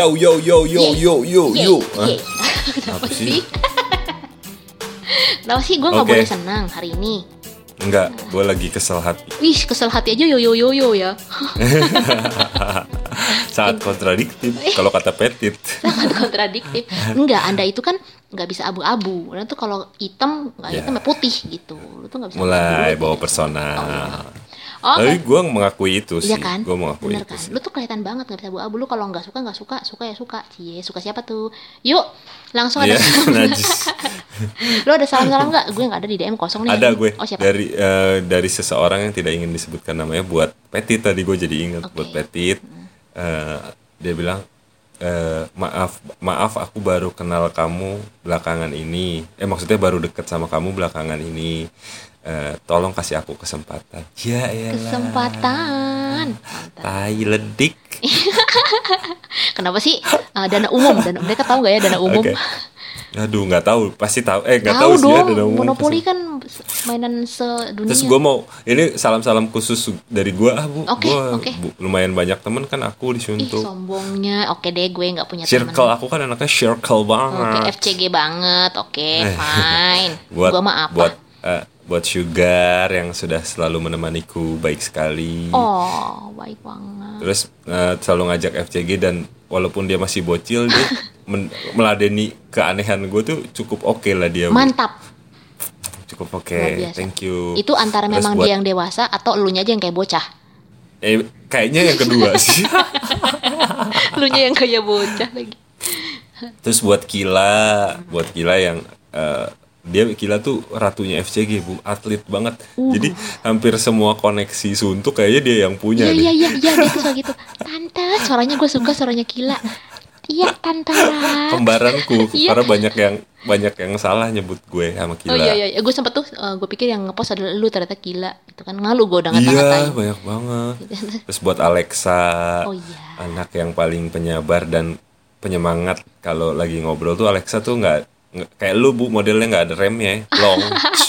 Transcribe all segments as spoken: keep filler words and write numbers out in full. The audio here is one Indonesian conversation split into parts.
Yo yo yo yo yo yo yo. Kenapa sih? Kenapa sih gue nggak Oke. boleh senang hari ini? Enggak, gue lagi kesel hati. Wih, kesel hati aja yo yo yo yo ya. Sangat kontradiktif kalau kata Petit. Sangat kontradiktif. Enggak, Anda itu kan nggak bisa abu-abu. Anda tuh kalau hitam nggak Ya. hitam ya putih gitu. Lu tuh nggak bisa. Mulai abu-abu bawa gitu. personal. Oh, Tapi oke. gue mengakui itu sih. Iya kan? Gue mengakui Bener itu kan? sih. Lu tuh kelihatan banget nggak bisa abu-abu. Lu kalau nggak suka nggak suka, suka ya suka. Cie, suka siapa tuh? Yuk, langsung ada. Iya, najis. Lu ada salam-salam nggak? Gue nggak ada di D M kosong nih. Ada gue Oh siapa? dari eh, dari seseorang yang tidak ingin disebutkan namanya buat Petit tadi gue jadi ingat Oke. buat Petit. Eh, dia bilang eh, maaf maaf aku baru kenal kamu belakangan ini. Eh maksudnya baru deket sama kamu belakangan ini. Eh, tolong kasih aku kesempatan. Ya elah. Kesempatan. Mantap. Tai ledik. Kenapa sih uh, dana umum? Dana, mereka tahu nggak ya dana umum? Oke. Aduh nggak tahu, pasti tahu. Eh nggak tahu Tahu sih ya dong. dana umum. Monopoli pasti. kan mainan sedunia. Terus gue mau ini salam-salam khusus dari gue ah bu, Oke, gue oke. lumayan banyak temen kan aku di Ih, Suntuk. sombongnya. Oke deh, gue nggak punya teman. Circle aku kan anaknya circle Oke, banget. F C G banget. Oke, Eh. fine. buat Gue mah apa? buat eh, buat Sugar yang sudah selalu menemaniku baik sekali. Oh, baik banget. Terus eh, selalu ngajak F C G dan walaupun dia masih bocil dia men- meladeni keanehan gue tuh cukup oke lah dia. Bu. Mantap. Cukup oke. Luar biasa. Thank you. Itu antara Terus memang buat- dia yang dewasa atau elunya aja yang kayak bocah. Eh kayaknya yang kedua sih. Elunya yang kayak bocah lagi. Terus buat Kila, buat Kila yang eh, dia Kila tuh ratunya F C G bu, atlet banget. Uh. Jadi hampir semua koneksi suntuk kayaknya dia yang punya Iya deh. iya iya iya dia tuh suka gitu. Tante, suaranya gue suka suaranya Kila. Iya tante. Rat. Kembaranku, Iya. karena banyak yang banyak yang salah nyebut gue sama Kila. Oh iya iya, gue sempet tuh uh, gue pikir yang ngepost adalah lu ternyata Kila. Itu kan ngalu gue udah Iya, ngata-ngatain. banyak banget. Terus buat Alexa, Oh iya. anak yang paling penyabar dan penyemangat kalau lagi ngobrol tuh Alexa tuh nggak nggak- kayak lu bu modelnya nggak ada remnya, long.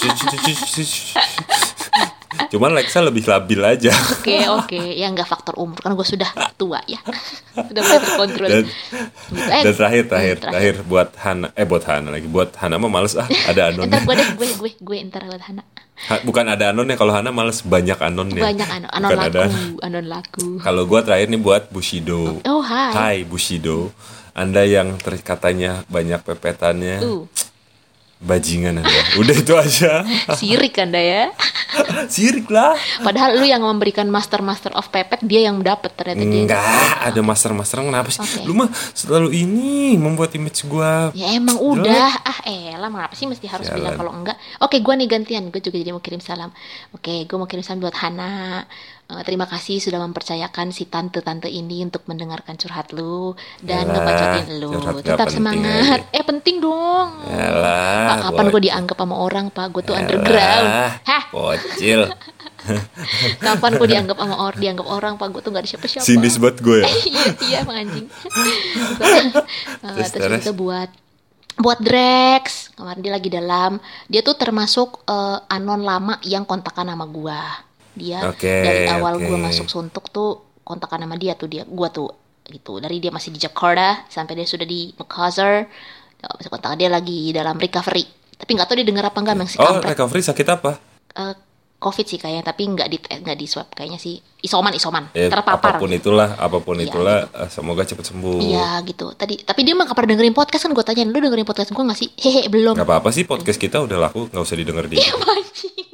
Cuman Alexa lebih labil aja. Oke oke, ya nggak faktor umur kan gue sudah tua ya, sudah mulai terkontrol. Dan, Gitu. Eh, dan terakhir terakhir hmm, terakhir buat Hana eh buat Hana lagi buat Hana mah males ah ada anonnya. Ntar gue deh, gue gue gue ntar buat Hana. Ha- bukan ada anonnya, kalau Hana males banyak anonnya. Banyak anon, anon Bukan laku, ada. anon laku. Kalau gue terakhir nih buat Bushido. Oh hai. Hai Bushido, Anda yang terkatanya banyak pepetannya, Uh, bajingan Anda. Udah itu aja. sirik anda ya. Sirik lah. Padahal lu yang memberikan master master of pepet, dia yang dapet ternyata dia. Enggak, ada master-master kenapa sih? Oke. Lu mah selalu ini membuat image gua. Ya emang udah, ah elah mengapa sih mesti harus Jalan. bilang kalau enggak. Oke, gue nih gantian, gue juga jadi mau kirim salam. Oke, gue mau kirim salam buat Hana. Eh, terima kasih sudah mempercayakan si tante-tante ini untuk mendengarkan curhat lu dan Yalah, ngebacotin lu. curhat gak Tetap penting semangat. aja. Eh penting dong. Yalah, Pak, kapan gue bocil. dianggap sama orang, Pak? Gue tuh Yalah, underground. Hah? Bocil. Kapan gue dianggap sama orang, dianggap orang, Pak? Gue tuh gak ada siapa-siapa. Sinis banget gue ya. iya, iya, emang anjing. Eh, Terus, terus terus? itu buat buat Drex, kemarin dia lagi dalam, dia tuh termasuk eh, anon lama yang kontakan sama gua. Dia Oke, dari awal oke. gua masuk suntuk tuh kontakan sama dia tuh dia, gua tuh gitu. Dari dia masih di Jakarta sampai dia sudah di Makassar, masih kontak dia lagi dalam recovery. Tapi nggak tahu dia dengar apa enggak, memang si Oh, kampret. recovery sakit apa? Eh, Covid sih kayaknya, tapi nggak di nggak di swab kayaknya sih, isoman isoman Ya, terpapar. apapun itulah, apapun Iya, itulah, eh, semoga cepat sembuh. Iya gitu. Tadi tapi dia mah nggak pernah dengerin podcast kan, gue tanyain lu dengerin podcast gue nggak sih? Hehe belum. Gak apa-apa sih, podcast kita udah laku, nggak usah didengar dia. Anjing.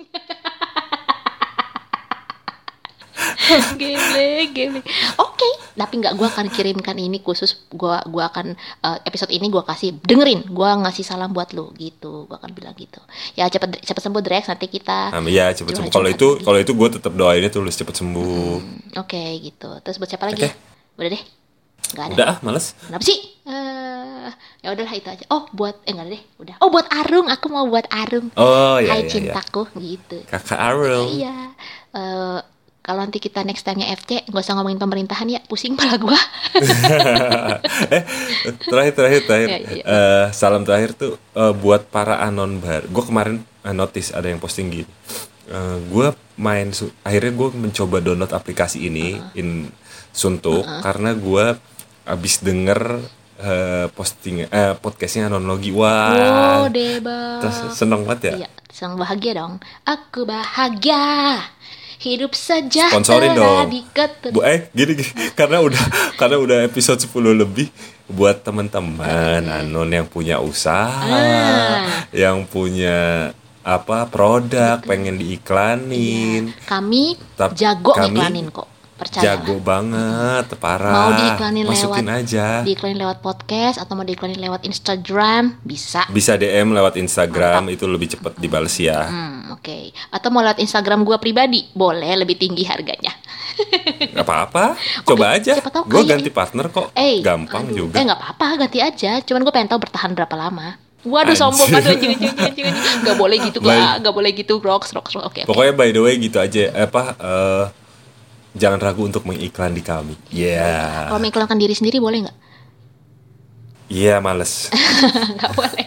Gele, gele. Oke, tapi nggak, gue akan kirimkan ini khusus, gue gua akan eh, episode ini gue kasih dengerin, gue ngasih salam buat lu gitu, gue akan bilang gitu. Ya cepet cepet sembuh Drex, nanti kita. Amin ya, cepet sembuh. Curhat-curhat Kalau itu, lagi. kalau itu gue tetap doainnya tulis cepet sembuh. Hmm, Oke gitu. Terus buat siapa lagi? Oke. Ya? Udah deh, nggak ada. Udah ah, males. Kenapa sih? Eh, ya udahlah itu aja. Oh buat eh nggak ada deh, udah. Oh buat Arung, aku mau buat Arung. Oh iya Hai iya, iya. cintaku gitu. Kakak Arul. Iya. Eh, kalau nanti kita next time-nya F C, nggak usah ngomongin pemerintahan ya, pusing pala gua. eh terakhir terakhir terakhir Iya, iya, iya. Eh, salam terakhir tuh eh, buat para anon bar. Gue kemarin eh, notice ada yang posting gini. Eh, gue main su- akhirnya gue mencoba download aplikasi ini in Suntuk karena gue abis denger eh, posting eh, podcastnya Anon Logi. Wah, Wow, debak. terus seneng banget ya. Iya, senang bahagia dong. Aku bahagia. Hidup sejahtera Sponsorin dong. di keter- Bu, eh gini, gini. karena udah karena udah episode sepuluh lebih, buat teman-teman Anon yang punya usaha, Ah. yang punya apa produk pengen diiklanin. Kami Tap- jago kami ngiklanin kok. Percayalah. Jago banget, parah. Mau diiklanin Masukin lewat aja. diiklanin lewat podcast atau mau diiklanin lewat Instagram bisa. Bisa D M lewat Instagram, itu lebih cepat dibales ya. Hmm, oke. Atau mau lewat Instagram gua pribadi, boleh, lebih tinggi harganya. Gak apa-apa, coba Oke, aja. siapa tahu Gue kaya. ganti partner kok, Eh, gampang aduh. juga. Eh, nggak apa-apa, ganti aja. Cuman gue pengen tahu bertahan berapa lama. Waduh, Anjir. sombong banget, anjing, anjing, anjing, anjing. Nggak boleh gitu, Baik. Kak. Nggak boleh gitu, rocks, rocks, rocks. Oke, oke. Pokoknya by the way gitu aja. Apa? eh, jangan ragu untuk mengiklan di kami. Iya. Kalau mengiklankan diri sendiri boleh nggak? Iya, males. Nggak boleh.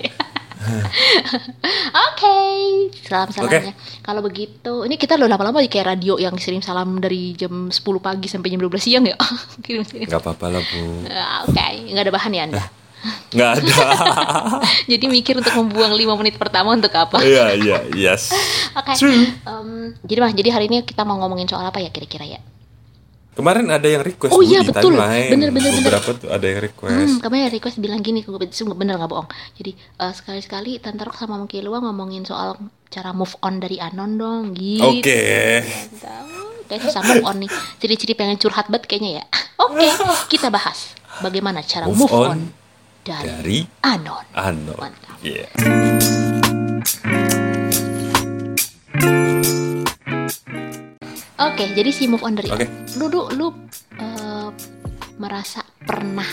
Oke, salam-salamnya. Kalau begitu, ini kita lo lama-lama kayak radio yang kirim salam dari jam sepuluh pagi sampai jam dua belas siang ya. Kirim-kirim. Gak apa-apa lah, Bu. Ah, Oke, nggak ada bahan ya Anda. Nggak ada. Jadi mikir untuk membuang lima menit pertama untuk apa? Iya, iya, yes. Oke. True. Em, jadi mah, jadi hari ini kita mau ngomongin soal apa ya kira-kira ya? Kemarin ada yang request Oh Bu, iya, di betul. timeline. Bener, bener, bener. Beberapa tuh ada yang request. Hmm, kemarin request bilang gini ke gue, bener nggak bohong. Jadi eh, sekali-sekali Tante Rock sama Mungki Luang ngomongin soal cara move on dari Anon dong, gitu. Oke. Kayak susah move on nih. Ciri-ciri pengen curhat banget kayaknya ya. Oke, kita bahas bagaimana cara Move move, on on, dari, Dari Anon. Anon. Mantap. Iya. Oke, jadi si move on dari Oke. lu lu, lu eh, merasa pernah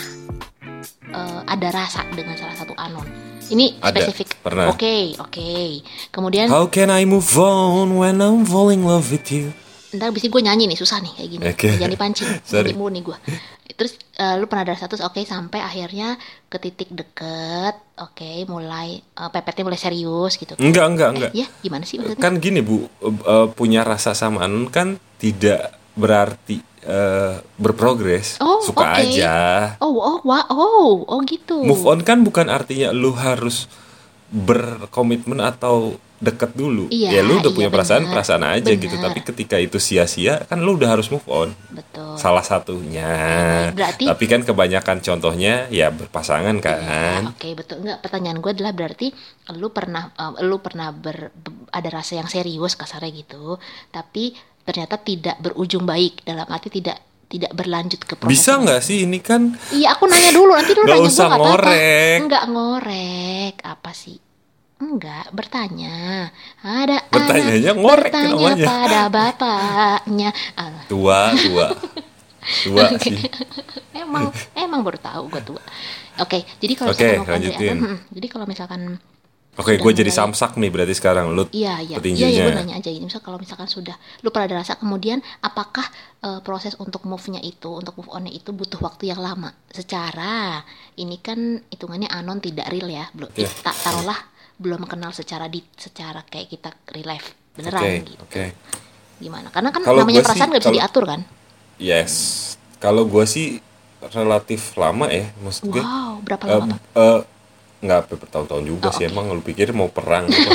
eh, ada rasa dengan salah satu Anon. Ini Ada, spesifik. pernah. Oke, oke. Kemudian How can I move on when I'm falling in love with you? ntar bisa gue nyanyi nih, susah nih kayak gini. Oke. Jangan dipancing. Sorry. Nyanyi mulu nih gue. Terus eh, lu pernah ada status oke sampai akhirnya ke titik deket, oke, mulai eh, pepetnya mulai serius gitu. Enggak, enggak, enggak. Eh, ya, gimana sih maksudnya? Kan gini Bu, eh, punya rasa sama Anon kan tidak berarti eh, berprogres, Oh, suka oke. aja. Oh, oh, wah, oh, oh gitu. Move on kan bukan artinya lu harus berkomitmen atau deket dulu. Iya, Ya lu udah iya, punya perasaan, benar. perasaan aja gitu. Benar. Tapi ketika itu sia-sia kan lu udah harus move on. Betul. Salah satunya. Berarti- Tapi kan kebanyakan contohnya ya berpasangan Ya, kan. oke, betul. Enggak, pertanyaan gue adalah berarti lu pernah eh, lu pernah ber, be- ada rasa yang serius kasarnya gitu, tapi ternyata tidak berujung baik, dalam arti tidak tidak berlanjut ke proses. Bisa nggak sih ini kan Iya, aku nanya dulu, nanti dulu Nggak nanya usah gue apa-apa. ngorek. Enggak ngorek, apa sih? Enggak, bertanya. Ada Bertanyanya anak ngorek bertanya namanya. pada bapaknya. Ah, tua, tua. Tua sih. emang emang baru tahu gue tua. Oke, jadi kalau Oke, misalkan mau lanjutin. Andre, hmm, jadi kalau misalkan Oke, Udah gue jadi mulai. samsak nih berarti sekarang lu iya iya iya petinjunya. iya gue nanya aja ini, misal kalau misalkan sudah lu pernah ada rasa, kemudian apakah eh, proses untuk move-nya itu, untuk move on-nya itu butuh waktu yang lama? Secara ini kan hitungannya Anon tidak real ya, belum Oke. tak taruhlah belum kenal secara di secara kayak kita real life beneran Oke, gitu. oke. Gimana? Karena kan Kalau namanya gua perasaan sih, nggak bisa kalau- diatur kan? Yes. Kalau gue sih relatif lama ya, maksud gue. Wow, berapa eh, lama, Pak? eh, nggak sampai bertahun-tahun juga Oh, sih, oke. emang lu pikir mau perang apa?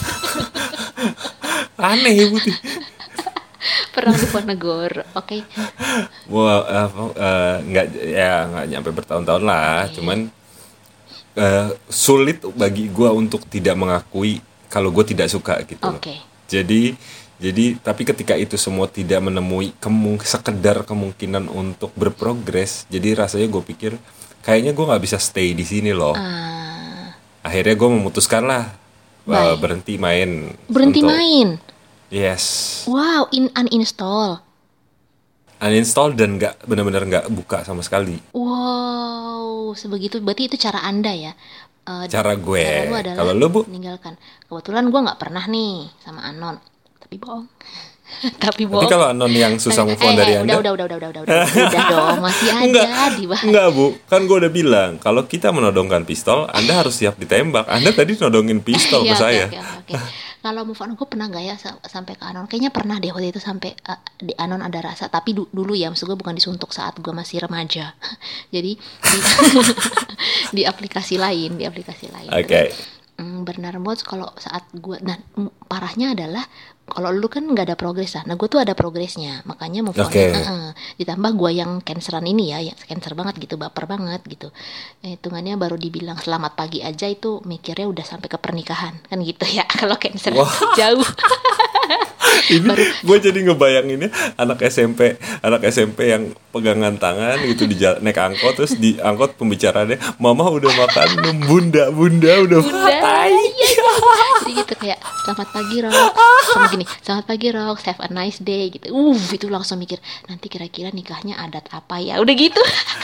Aneh ya Putih. Perang di Ponegoro. Oke. Wah, apa, eh, nggak ya nggak nyampe bertahun-tahun lah, Oke. cuman eh, sulit bagi gue untuk tidak mengakui kalau gue tidak suka gitu loh. Oke. Jadi jadi tapi ketika itu semua tidak menemui kemung sekedar kemungkinan untuk berprogres, jadi rasanya gue pikir kayaknya gue nggak bisa stay di sini loh. Ah, Akhirnya gue memutuskan lah eh, Baik. berhenti main. berhenti untuk- main. Yes. Wow, in uninstall. Uninstall dan nggak benar-benar nggak buka sama sekali. Wow, sebegitu. Berarti itu cara Anda ya? Eh, Cara gue. cara lu adalah Kalau lu Bu? meninggalkan. Kebetulan gue nggak pernah nih sama Anon, tapi bohong. tapi Tapi bohong. kalau Anon yang susah move on Eh, dari eh, Anda? Udah, udah, udah, udah, udah, udah, udah dong, masih ada Enggak, di bawah. enggak Bu, kan gue udah bilang kalau kita menodongkan pistol, Anda harus siap ditembak. Anda tadi nodongin pistol ke Iya, oke, saya. oke, oke, oke. Kalau move on gue pernah gak ya sa- sampai ke anon? Kayaknya pernah deh waktu itu sampai uh, di anon ada rasa. Tapi du- dulu ya, maksud gue bukan disuntuk saat gue masih remaja. Jadi di, di aplikasi lain, di aplikasi lain. Oke. Terus mm, benar mods kalau saat gue, nah mm, parahnya adalah kalau lu kan nggak ada progres lah. Nah gue tuh ada progresnya, makanya move on. Oke. Uh-uh. Ditambah gue yang canceran ini ya, yang cancer banget gitu, baper banget gitu. Eh, hitungannya baru dibilang selamat pagi aja itu mikirnya udah sampai ke pernikahan kan gitu ya. Kalau cancer Wah. jauh. Ini Baru gue jadi ngebayanginnya anak S M P, anak S M P yang pegangan tangan gitu di jala- naik angkot, terus di angkot pembicaraannya, mama udah makan belum, bunda bunda udah Bunda, makan. iya, iya. Jadi gitu kayak selamat pagi Rox, sama gini selamat pagi Rox, have a nice day gitu. Uh itu langsung mikir nanti kira-kira nikahnya adat apa ya, udah gitu.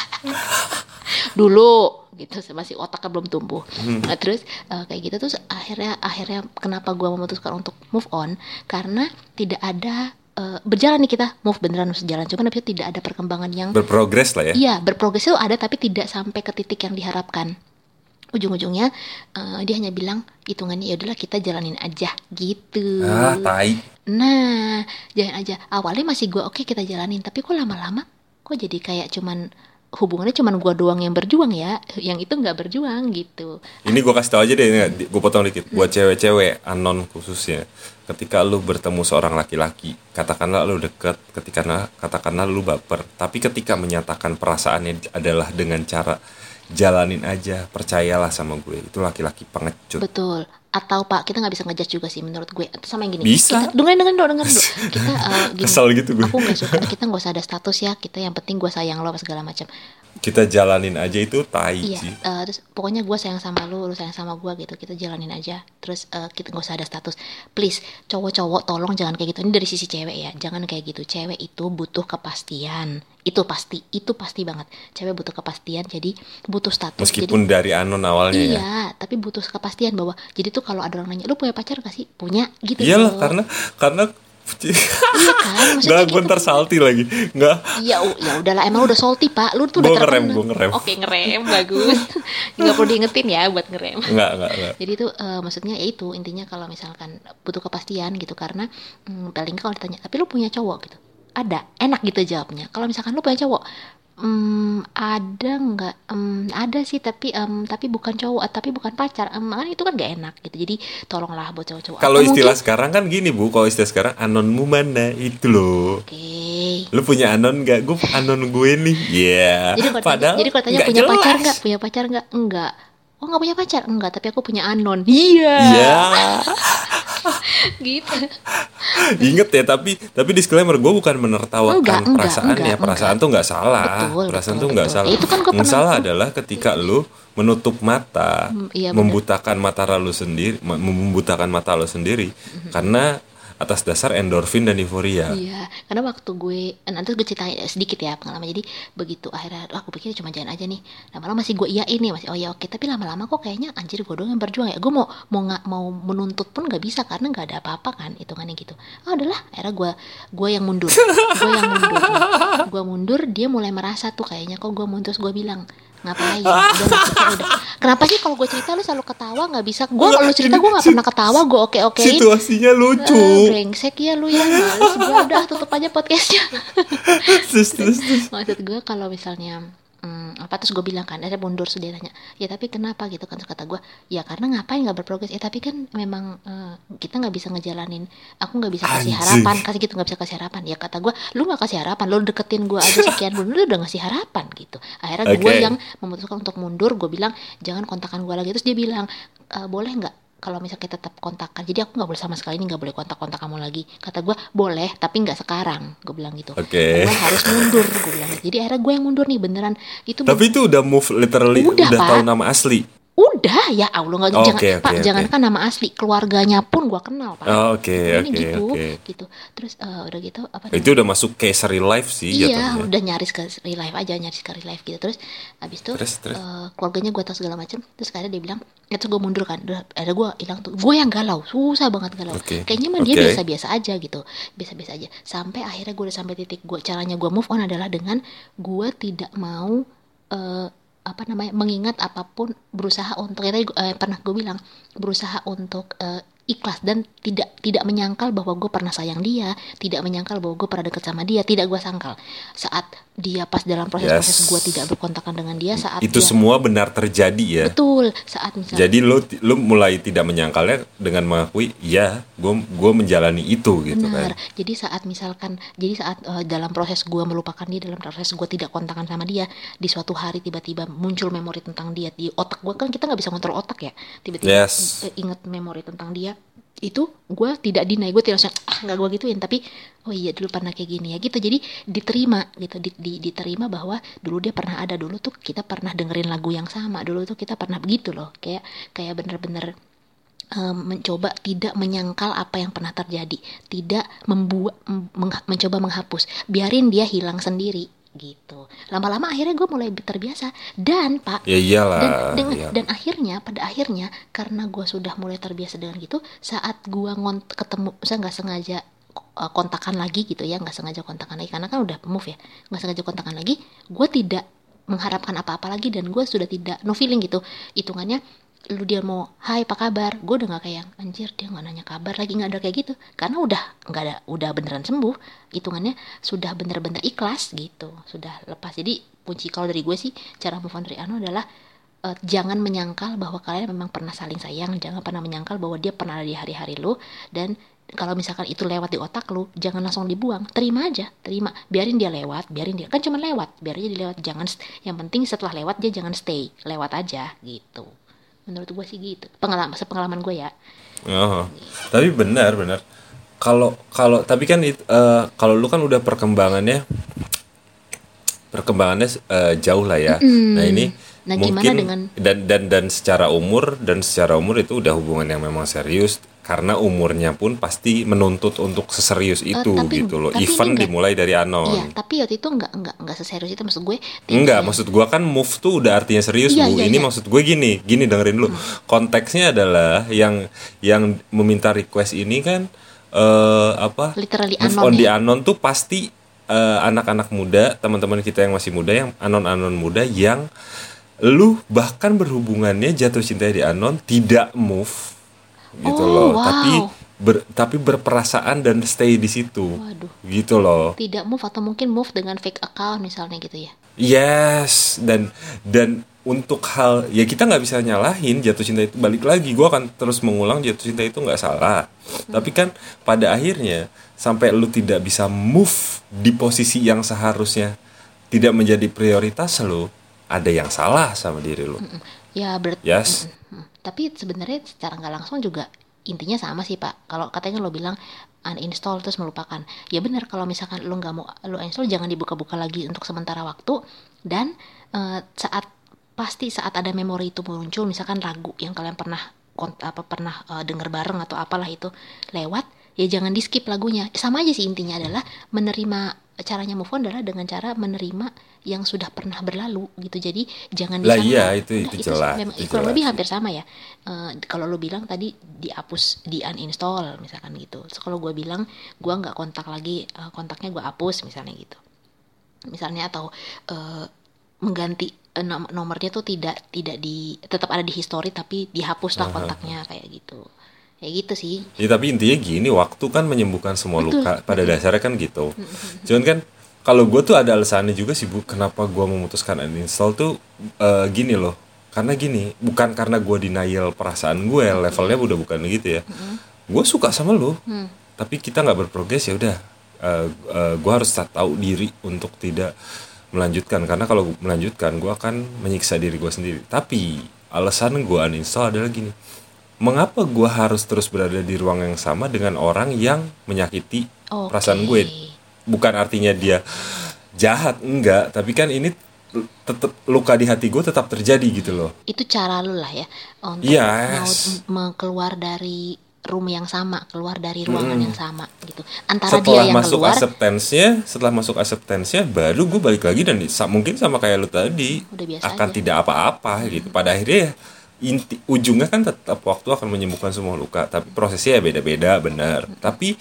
Dulu gitu masih otaknya belum tumbuh. Nah, terus uh, kayak gitu terus akhirnya akhirnya kenapa gue memutuskan untuk move on karena tidak ada uh, berjalan nih kita move beneran harus jalan, cuman tapi tidak ada perkembangan yang Berprogres lah ya. iya berprogres itu ada tapi tidak sampai ke titik yang diharapkan. Ujung-ujungnya uh, dia hanya bilang hitungannya ya udahlah kita jalanin aja gitu. Ah, tai. Nah, jalan aja. Awalnya masih gue oke kita jalanin, tapi kok lama-lama kok jadi kayak cuman hubungannya cuman gue doang yang berjuang ya, yang itu nggak berjuang gitu. Ini gue kasih tau aja deh, gue potong dikit. Buat cewek-cewek anon khususnya, ketika lu bertemu seorang laki-laki, katakanlah lu deket, ketika katakanlah lu baper, tapi ketika menyatakan perasaannya adalah dengan cara jalanin aja, percayalah sama gue, itu laki-laki pengecut. Betul. Atau Pak, kita nggak bisa ngejudge juga sih menurut gue. Atau sama yang gini. Bisa. Kita, dengerin dengerin dulu, dengerin dulu. Kita uh, gini. Kesel gitu gue. Aku nggak suka. Kita nggak usah ada status ya. Kita yang penting gue sayang lo apa segala macam. Kita jalanin aja itu tai Iya. sih. Uh, terus pokoknya gue sayang sama lu, lu sayang sama gue gitu. Kita jalanin aja. Terus uh, kita nggak usah ada status. Please, cowok-cowok tolong jangan kayak gitu. Ini dari sisi cewek ya. Jangan kayak gitu. Cewek itu butuh kepastian. Itu pasti, itu pasti banget. Cewek butuh kepastian, jadi butuh status. Meskipun jadi, dari anon awalnya iya, ya. tapi butuh kepastian bahwa jadi tuh kalau ada orang nanya, lu punya pacar gak sih? Punya gitu. Iyalah, loh. karena karena Iya kan, maksudnya nggak, gue gitu. ntar salty lagi. Nggak. Ya, ya udahlah, emang udah salty Pak. Lu tuh udah Gua ngerem, terkenal. gua ngerem. Oke ngerem, bagus. Nggak perlu diingetin ya buat ngerem. Nggak, nggak, nggak. Jadi itu uh, maksudnya ya itu intinya kalau misalkan butuh kepastian gitu karena hmm, paling kalau ditanya, tapi lu punya cowok gitu? Ada, enak gitu jawabnya. Kalau misalkan lu punya cowok, Hmm, ada nggak? Um, ada sih tapi um, tapi bukan cowok, eh, tapi bukan pacar. Um, kan itu kan nggak enak gitu. Jadi tolonglah buat cowok-cowok. Kalau Atau istilah mungkin- sekarang kan gini bu, kalau istilah sekarang anonmu mana itu loh. Oke. Lu punya anon nggak? Gue anon gue nih. Iya. Jadi kalau tanya, Padahal jadi kalau tanya nggak punya jelas. pacar nggak? Punya pacar nggak? Enggak. Oh nggak punya pacar? Enggak. Tapi aku punya anon. Iya. Iya. Gitu. Ingat ya, tapi tapi disclaimer, gue bukan menertawakan Enggak, enggak, perasaannya. enggak, Perasaan enggak. tuh nggak salah. Betul, Perasaan betul, tuh nggak betul. salah. Ya, itu kan gua Yang pernah- salah adalah ketika lu menutup mata, Hmm, iya, benar. membutakan mata lu sendiri, mem- membutakan mata lu sendiri, karena atas dasar endorfin dan euforia. Iya, karena waktu gue, nanti gue ceritain sedikit ya pengalaman. Jadi begitu akhirnya, "Wah, aku pikir cuma jalan aja nih. Lama-lama masih gue iyain nih, masih oh ya oke. Tapi lama-lama kok kayaknya anjir gue doang yang berjuang ya. Gue mau mau nggak mau menuntut pun nggak bisa karena nggak ada apa-apa kan hitungannya gitu. Oh adalah akhirnya gue gue yang mundur, gue yang mundur, gue mundur. Dia mulai merasa tuh kayaknya kok gue mundur. Terus gue bilang ngapain? Udah, udah, udah. Kenapa sih kalau gue cerita lu selalu ketawa nggak bisa? Gue kalau cerita gue nggak pernah ketawa. Gue oke okein. Situasinya lucu. Ah, brengsek ya lu ya, males gue, udah tutup aja podcastnya. Terus, terus, terus. Maksud gue kalau misalnya hmm, apa terus gue bilang kan, ada mundur, sudah tanya ya tapi kenapa gitu kan. Terus kata gue ya karena ngapain nggak berprogres ya, tapi kan memang eh, kita nggak bisa ngejalanin, aku nggak bisa kasih Anjing. harapan, kasih gitu nggak bisa kasih harapan. Ya kata gue, lu nggak kasih harapan, lu deketin gue aja sekian bulan, lu udah ngasih harapan gitu. Akhirnya gue Oke. yang memutuskan untuk mundur. Gue bilang jangan kontakkan gue lagi. Terus dia bilang "E, boleh nggak kalau misalnya kita tetap kontakkan, jadi aku nggak boleh sama sekali, ini nggak boleh kontak-kontak kamu lagi. Kata gue boleh tapi nggak sekarang, gue bilang gitu. Oke. Gue harus mundur, gue bilang gitu. Jadi akhirnya gue yang mundur nih beneran. Itu Tapi itu udah move literally, Udah, udah, Pak. tahu nama asli. udah ya Allah nggak Oh, jangan oke, Pak, oke, jangankan nama asli, keluarganya pun gue kenal Pak. Oh, oke, Ini oke, gitu, oke. gitu. Terus eh, udah gitu apa? Itu udah masuk case real life sih Iya, jatuhnya. udah nyaris ke real life aja, nyaris ke real life gitu. Terus abis itu Terus, terus. eh, keluarganya gue tahu segala macam. Terus akhirnya dia bilang, ya terus gue mundur kan. Udah, akhirnya gue hilang tuh. Gue yang galau, susah banget galau. Oke, Kayaknya mah dia oke. biasa-biasa aja gitu, biasa-biasa aja. Sampai akhirnya gue udah sampai titik gue, caranya gue move on adalah dengan gue tidak mau eh, apa namanya mengingat apapun, berusaha untuk, kita eh, pernah gue bilang berusaha untuk eh, ikhlas dan tidak tidak menyangkal bahwa gue pernah sayang dia, tidak menyangkal bahwa gue pernah deket sama dia, tidak gue sangkal. Saat dia pas dalam proses-proses Yes. gue tidak berkontakan dengan dia, saat Itu dia semua benar terjadi ya. betul, saat misalnya Jadi lu lu mulai tidak menyangkalnya dengan mengakui, ya, gue gue menjalani itu gitu benar. kan. Jadi saat misalkan, jadi saat eh, dalam proses gue melupakan dia, dalam proses gue tidak kontakan sama dia, di suatu hari tiba-tiba muncul memori tentang dia di otak gue, kan kita nggak bisa kontrol otak ya, tiba-tiba Yes. eh, inget memori tentang dia, itu gue tidak deny, gue tidak langsung ah nggak gue gituin, tapi oh iya dulu pernah kayak gini ya gitu. Jadi diterima gitu, di, di- diterima bahwa dulu dia pernah ada, dulu tuh kita pernah dengerin lagu yang sama, dulu tuh kita pernah begitu loh, kayak kayak bener-bener em, mencoba tidak menyangkal apa yang pernah terjadi, tidak membuat meng- mencoba menghapus, biarin dia hilang sendiri gitu. Lama-lama akhirnya gue mulai terbiasa, dan pak Ya iyalah. dan dengan Ya. dan akhirnya pada akhirnya karena gue sudah mulai terbiasa dengan gitu, saat gue ngont ketemu, saya nggak sengaja uh, kontakan lagi gitu ya, nggak sengaja kontakan lagi karena kan udah move ya, nggak sengaja kontakan lagi, gue tidak mengharapkan apa-apa lagi dan gue sudah tidak no feeling gitu, hitungannya lu dia mau hai apa kabar, gue udah nggak kayak anjir dia nggak nanya kabar lagi, nggak ada kayak gitu karena udah nggak ada, udah beneran sembuh, hitungannya sudah bener-bener ikhlas gitu, sudah lepas. Jadi kunci kalau dari gue sih, cara move on dari Anu adalah eh, jangan menyangkal bahwa kalian memang pernah saling sayang, jangan pernah menyangkal bahwa dia pernah ada di hari-hari lu, dan kalau misalkan itu lewat di otak lu, jangan langsung dibuang, terima aja, terima, biarin dia lewat, biarin dia kan cuma lewat, biar aja dia lewat, jangan, yang penting setelah lewat dia jangan stay, lewat aja gitu. Menurut gue sih gitu, pengalaman sepengalaman gue ya. Oh. Tapi benar benar. Kalau kalau tapi kan it- eh, kalau lu kan udah perkembangannya perkembangannya eh, jauh lah ya. Nah ini Nah, gimana mungkin dengan- dan dan dan secara umur dan secara umur itu udah hubungan yang memang serius karena umurnya pun pasti menuntut untuk seserius itu tapi- gitu loh. tapi ini Even enggak. dimulai dari anon. Iya, tapi waktu itu nggak nggak nggak seserius itu, maksud gue. tidak Enggak, ya. maksud gua kan move tuh udah artinya serius, Iya, Bu. iya, Ini iya. maksud gue gini, gini dengerin dulu. Konteksnya adalah yang yang meminta request ini kan eh apa? Literally Move anon on ya. di anon tuh pasti eh, anak-anak muda, teman-teman kita yang masih muda, yang anon-anon muda yang lu bahkan berhubungannya jatuh cinta di anon tidak move gitu Oh, loh, wow. tapi ber, tapi berperasaan dan stay di situ. Waduh. Gitu loh. Tidak move atau mungkin move dengan fake account misalnya gitu ya. Yes, dan dan untuk hal ya kita nggak bisa nyalahin jatuh cinta itu, balik lagi gue akan terus mengulang jatuh cinta itu nggak salah, tapi kan pada akhirnya sampai lu tidak bisa move di posisi yang seharusnya tidak menjadi prioritas lu, ada yang salah sama diri lu. Ya berarti. Yes. Tapi sebenarnya secara nggak langsung juga intinya sama sih Pak. Kalau katanya lo bilang uninstall terus melupakan, ya benar, kalau misalkan lo nggak mau lo install, jangan dibuka-buka lagi untuk sementara waktu, dan eh, saat pasti saat ada memori itu muncul, misalkan lagu yang kalian pernah kont- apa pernah eh, denger bareng atau apalah itu lewat, ya jangan di skip lagunya. Sama aja sih, intinya adalah menerima. Caranya move on adalah dengan cara menerima yang sudah pernah berlalu gitu. Jadi jangan Lah disangkal. iya, itu- Nah, itu jelas, memang itu kurang jelas. lebih hampir sama ya. Eh, kalau lo bilang tadi dihapus, di uninstall misalkan gitu. So, kalau gue bilang gue nggak kontak lagi, eh, kontaknya gue hapus misalnya gitu. Misalnya, atau eh, mengganti eh, nom- nomornya tuh tidak tidak di tetap ada di history tapi dihapus lah kontaknya, kayak gitu. Kayak gitu sih. Ya, tapi intinya gini, waktu kan menyembuhkan semua Betul. luka. Pada dasarnya kan gitu. Cuman kan kalau gue tuh ada alasannya juga sih, Bu. Kenapa gue memutuskan uninstall tuh eh, gini loh. Karena gini, bukan karena gue denial perasaan gue, levelnya udah bukan gitu ya. Gue suka sama lo, tapi kita nggak berprogres, ya udah. Eh, eh, gue harus tahu diri untuk tidak melanjutkan. Karena kalau melanjutkan, gue akan menyiksa diri gue sendiri. Tapi alasan gue uninstall adalah gini. Mengapa gue harus terus berada di ruang yang sama dengan orang yang menyakiti Oke. perasaan gue? Bukan artinya dia jahat, enggak. Tapi kan ini tetap luka di hati gue tetap terjadi gitu loh. Itu cara lu lah ya untuk Yes. mau m- keluar dari room yang sama, keluar dari ruangan yang sama gitu. Antara dia Setelah yang masuk keluar, acceptance-nya, setelah masuk acceptance-nya, baru gue balik lagi dan di- sa- mungkin sama kayak lu tadi, Udah biasa akan aja. tidak apa-apa gitu. Pada akhirnya ya, inti ujungnya kan tetap waktu akan menyembuhkan semua luka, tapi prosesnya ya beda-beda, benar. Tapi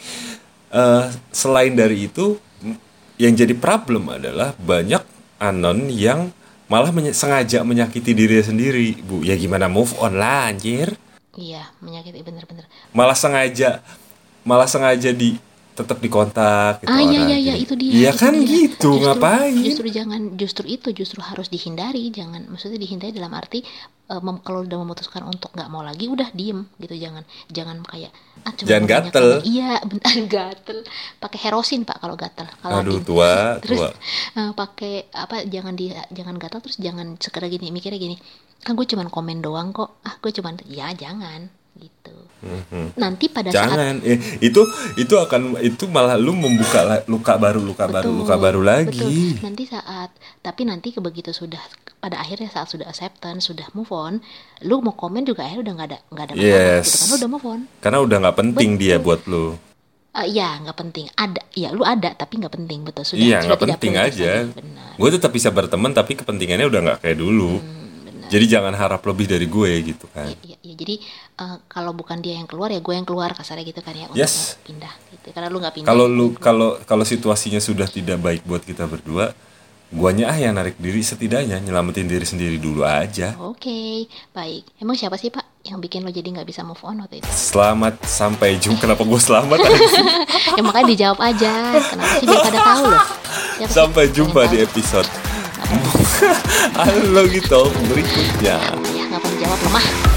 eh, selain dari itu, m- yang jadi problem adalah banyak anon yang malah menye- sengaja menyakiti dirinya sendiri, Bu. Ya gimana move on lah anjir. Iya, menyakiti, bener-bener. Malah sengaja malah sengaja di tetap di kontak gitu Ah iya orang iya iya gini. itu dia. Iya itu kan dia. gitu, Justru, ngapain? Justru jangan, justru itu justru harus dihindari, jangan, maksudnya dihindari dalam arti eh, mem- kalau udah memutuskan untuk nggak mau lagi udah diem gitu, jangan jangan kayak ah cuma Jangan mau nanya gatel. kabar. Iya, bentar gatel. Pakai herosin Pak kalau gatel, Aduh, Aladin. tua, Terus tua. eh, pakai apa, jangan di jangan gatel, terus jangan sekedar gini mikirnya gini. Kan gue cuman komen doang kok. Ah, gue cuman ya jangan gitu. Nanti pada saat Jangan. Eh, itu itu akan itu malah lu membuka la- luka baru, luka baru, betul, luka baru betul. lagi. Nanti saat, tapi nanti ke begitu sudah pada akhirnya saat sudah acceptance, sudah move on, lu mau komen juga akhirnya udah nggak ada nggak ada masalah gitu kan, lu Yes. udah move on. Karena udah nggak penting dia Betul. buat lu. Eh, ya nggak penting, ada, ya lu ada tapi nggak penting, betul, sudah Iya, sudah nggak tidak penting prioritas aja. lagi, benar. Gue tetap bisa berteman tapi kepentingannya udah nggak kayak dulu. Benar. Jadi jangan harap lebih dari gue gitu kan. Ya, ya, ya, jadi eh, kalau bukan dia yang keluar ya gue yang keluar, kasarnya gitu kan ya, untuk Yes. pindah gitu. Karena lu nggak pindah. Kalau ya gue lu yang keluar. kalau kalau situasinya sudah tidak baik buat kita berdua, guanya ah yang narik diri, setidaknya nyelamatin diri sendiri dulu aja. Oke, baik. Emang siapa sih Pak yang bikin lo jadi nggak bisa move on waktu itu? Selamat sampai jumpa. Kenapa gue selamat? Ya makanya dijawab aja. Kenapa sih, biar pada tahu loh. Siapa sih? Sampai Pengen jumpa tahu. di episode Nggak perlu. Halo gitu berikutnya. Ya nggak perlu jawab, lemah.